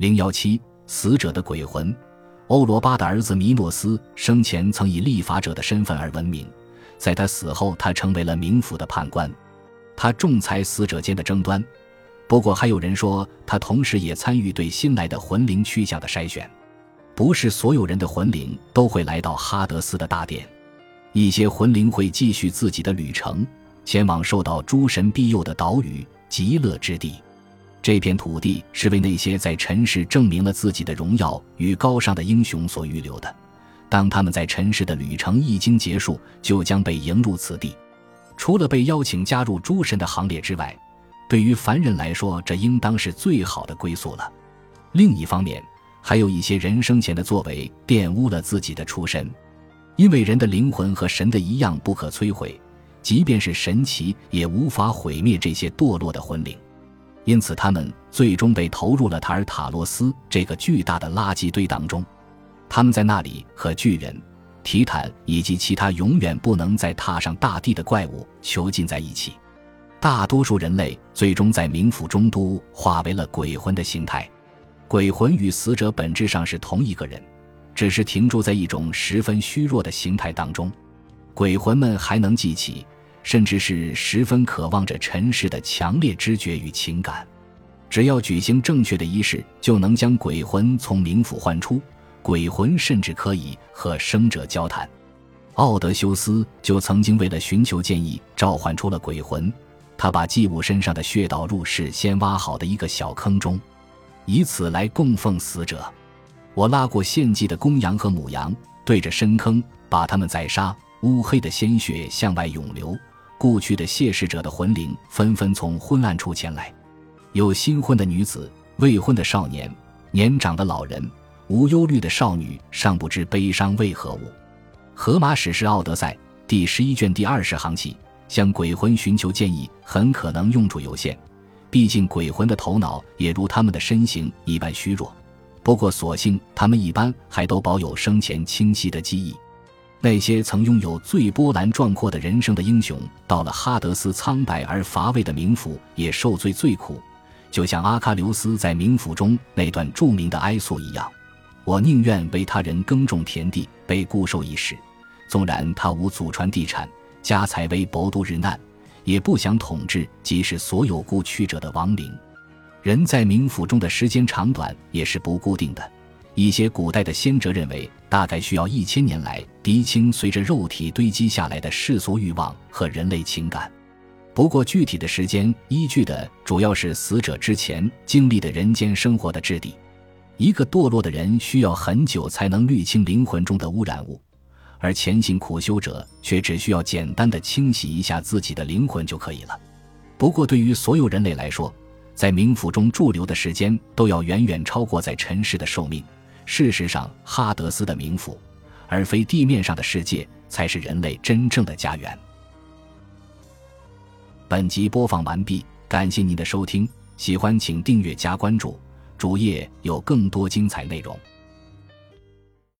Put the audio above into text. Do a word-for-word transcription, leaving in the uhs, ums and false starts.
零一七死者的鬼魂。欧罗巴的儿子弥诺斯生前曾以立法者的身份而闻名，在他死后他成为了冥府的判官，他仲裁死者间的争端。不过还有人说他同时也参与对新来的魂灵去向的筛选。不是所有人的魂灵都会来到哈德斯的大殿，一些魂灵会继续自己的旅程，前往受到诸神庇佑的岛屿极乐之地。这片土地是为那些在尘世证明了自己的荣耀与高尚的英雄所预留的，当他们在尘世的旅程一经结束，就将被迎入此地。除了被邀请加入诸神的行列之外，对于凡人来说，这应当是最好的归宿了。另一方面，还有一些人生前的作为玷污了自己的出身，因为人的灵魂和神的一样不可摧毁，即便是神奇也无法毁灭这些堕落的魂灵，因此他们最终被投入了塔尔塔洛斯这个巨大的垃圾堆当中。他们在那里和巨人、提坦以及其他永远不能再踏上大地的怪物囚禁在一起。大多数人类最终在冥府中都化为了鬼魂的形态。鬼魂与死者本质上是同一个人，只是停驻在一种十分虚弱的形态当中。鬼魂们还能记起，甚至是十分渴望着尘世的强烈知觉与情感。只要举行正确的仪式，就能将鬼魂从冥府唤出，鬼魂甚至可以和生者交谈。奥德修斯就曾经为了寻求建议召唤出了鬼魂，他把祭物身上的血倒入事先挖好的一个小坑中，以此来供奉死者。我拉过献祭的公羊和母羊，对着深坑把它们宰杀，乌黑的鲜血向外涌流，故去的谢世者的魂灵纷纷从昏暗处前来，有新婚的女子，未婚的少年，年长的老人，无忧虑的少女，尚不知悲伤为何物。荷马史诗《奥德赛》第十一卷第二十行起，向鬼魂寻求建议很可能用处有限，毕竟鬼魂的头脑也如他们的身形一般虚弱，不过所幸他们一般还都保有生前清晰的记忆。那些曾拥有最波澜壮阔的人生的英雄，到了哈德斯苍白而乏味的冥府也受罪最苦，就像阿喀琉斯在冥府中那段著名的哀诉一样，我宁愿为他人耕种田地，被固守一时，纵然他无祖传地产，家财为薄度日难，也不想统治即使所有故去者的亡灵。人在冥府中的时间长短也是不固定的，一些古代的先哲认为大概需要一千年来涤清随着肉体堆积下来的世俗欲望和人类情感。不过具体的时间依据的主要是死者之前经历的人间生活的质地。一个堕落的人需要很久才能滤清灵魂中的污染物，而前行苦修者却只需要简单的清洗一下自己的灵魂就可以了。不过对于所有人类来说，在冥府中驻留的时间都要远远超过在尘世的寿命。事实上，哈德斯的冥府，而非地面上的世界，才是人类真正的家园。本集播放完毕，感谢您的收听，喜欢请订阅加关注，主页有更多精彩内容。